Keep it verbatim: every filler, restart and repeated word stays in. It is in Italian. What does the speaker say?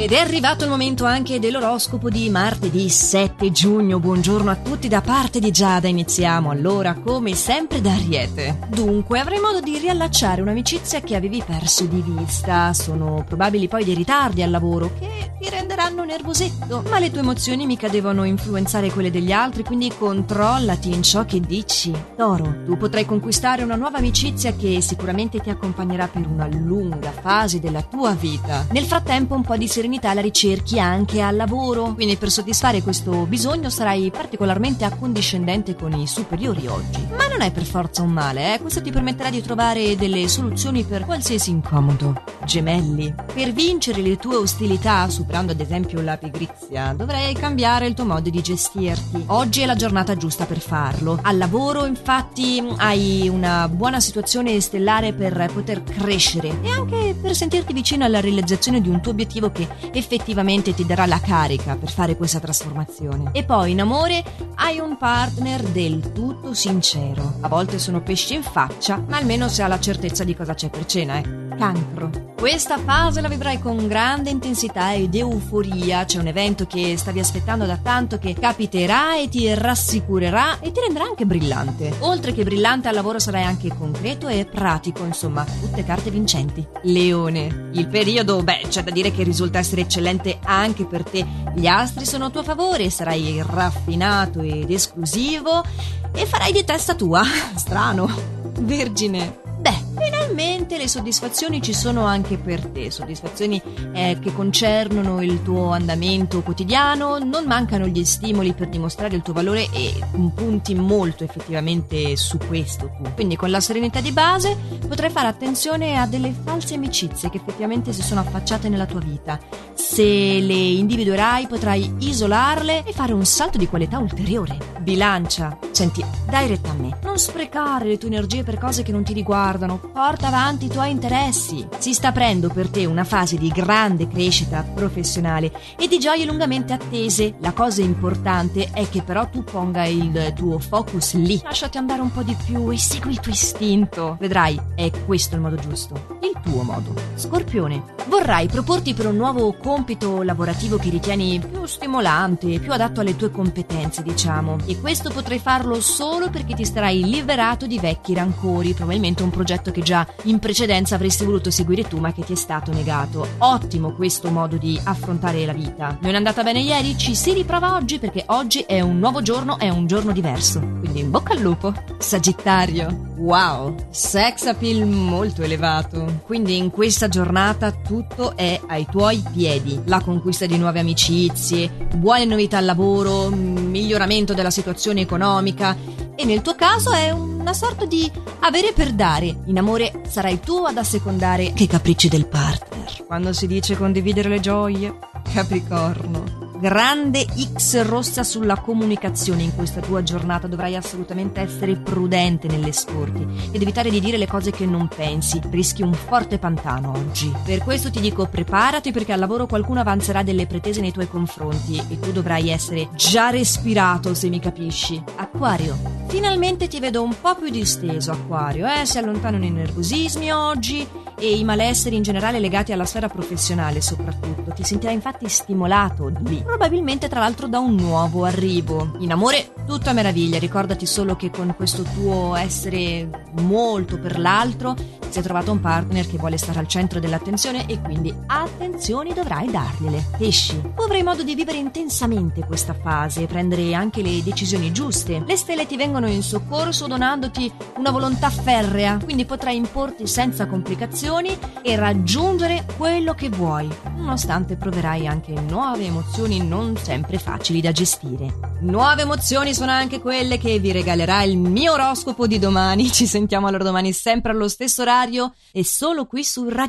Ed è arrivato il momento anche dell'oroscopo di martedì sette giugno. Buongiorno a tutti da parte di Giada. Iniziamo allora come sempre da Ariete. Dunque, avrai modo di riallacciare un'amicizia che avevi perso di vista. Sono probabili poi dei ritardi al lavoro che ti renderanno nervosetto, ma le tue emozioni mica devono influenzare quelle degli altri, quindi controllati in ciò che dici. Toro, tu potrai conquistare una nuova amicizia che sicuramente ti accompagnerà per una lunga fase della tua vita. Nel frattempo un po' di serenità la ricerchi anche al lavoro, quindi per soddisfare questo bisogno sarai particolarmente accondiscendente con i superiori oggi. Ma non è per forza un male, eh? Questo ti permetterà di trovare delle soluzioni per qualsiasi incomodo. Gemelli, per vincere le tue ostilità, superando ad esempio la pigrizia, dovrai cambiare il tuo modo di gestirti. Oggi è la giornata giusta per farlo. Al lavoro, infatti, hai una buona situazione stellare per poter crescere e anche per sentirti vicino alla realizzazione di un tuo obiettivo che effettivamente ti darà la carica per fare questa trasformazione. E poi in amore hai un partner del tutto sincero. A volte sono pesci in faccia, ma almeno se ha la certezza di cosa c'è per cena, eh. Cancro, questa fase la vivrai con grande intensità ed euforia. C'è un evento che stavi aspettando da tanto che capiterà e ti rassicurerà e ti renderà anche brillante. Oltre che brillante al lavoro sarai anche concreto e pratico, insomma, tutte carte vincenti. Leone, il periodo, beh, c'è da dire che risulta essere eccellente anche per te. Gli astri sono a tuo favore, sarai raffinato ed esclusivo e farai di testa tua. Strano. Vergine, beh, finalmente le soddisfazioni ci sono anche per te, soddisfazioni eh, che concernono il tuo andamento quotidiano. Non mancano gli stimoli per dimostrare il tuo valore e punti molto effettivamente su questo tu. Quindi con la serenità di base potrai fare attenzione a delle false amicizie che effettivamente si sono affacciate nella tua vita. Se le individuerai potrai isolarle e fare un salto di qualità ulteriore. Bilancia, senti, dai retta a me, non sprecare le tue energie per cose che non ti riguardano, porta avanti i tuoi interessi. Si sta aprendo per te una fase di grande crescita professionale e di gioie lungamente attese. La cosa importante è che però tu ponga il tuo focus lì, lasciati andare un po' di più e segui il tuo istinto. Vedrai, è questo il modo giusto, il tuo modo. Scorpione, vorrai proporti per un nuovo compito lavorativo che ritieni più stimolante, più adatto alle tue competenze, diciamo, e questo potrai farlo solo perché ti sarai liberato di vecchi rancori, probabilmente un progetto che già in precedenza avresti voluto seguire tu ma che ti è stato negato. Ottimo questo modo di affrontare la vita. Non è andata bene ieri? Ci si riprova oggi, perché oggi è un nuovo giorno, è un giorno diverso. Quindi in bocca al lupo. Sagittario, wow, sex appeal molto elevato. Quindi in questa giornata tutto è ai tuoi piedi. La conquista di nuove amicizie, buone novità al lavoro, miglioramento della situazione economica e nel tuo caso è una sorta di avere per dare. In amore sarai tu ad assecondare che capricci del partner. Quando si dice condividere le gioie, Capricorno, grande X rossa sulla comunicazione in questa tua giornata. Dovrai assolutamente essere prudente nell'esporti ed evitare di dire le cose che non pensi. Rischi un forte pantano oggi. Per questo ti dico preparati, perché al lavoro qualcuno avanzerà delle pretese nei tuoi confronti e tu dovrai essere già respirato, se mi capisci. Acquario, finalmente ti vedo un po' più disteso, Acquario, eh? Si allontanano i nervosismi oggi e i malesseri in generale legati alla sfera professionale soprattutto. Ti sentirai infatti stimolato lì, probabilmente tra l'altro da un nuovo arrivo. In amore tutto a meraviglia, ricordati solo che con questo tuo essere molto per l'altro si è trovato un partner che vuole stare al centro dell'attenzione e quindi attenzioni dovrai dargliele. Pesci, tu avrai modo di vivere intensamente questa fase e prendere anche le decisioni giuste. Le stelle ti vengono in soccorso donandoti una volontà ferrea, quindi potrai importi senza complicazioni e raggiungere quello che vuoi, nonostante proverai anche nuove emozioni non sempre facili da gestire. Nuove emozioni sono anche quelle che vi regalerà il mio oroscopo di domani. Ci sentiamo allora domani sempre allo stesso orario e solo qui su Radio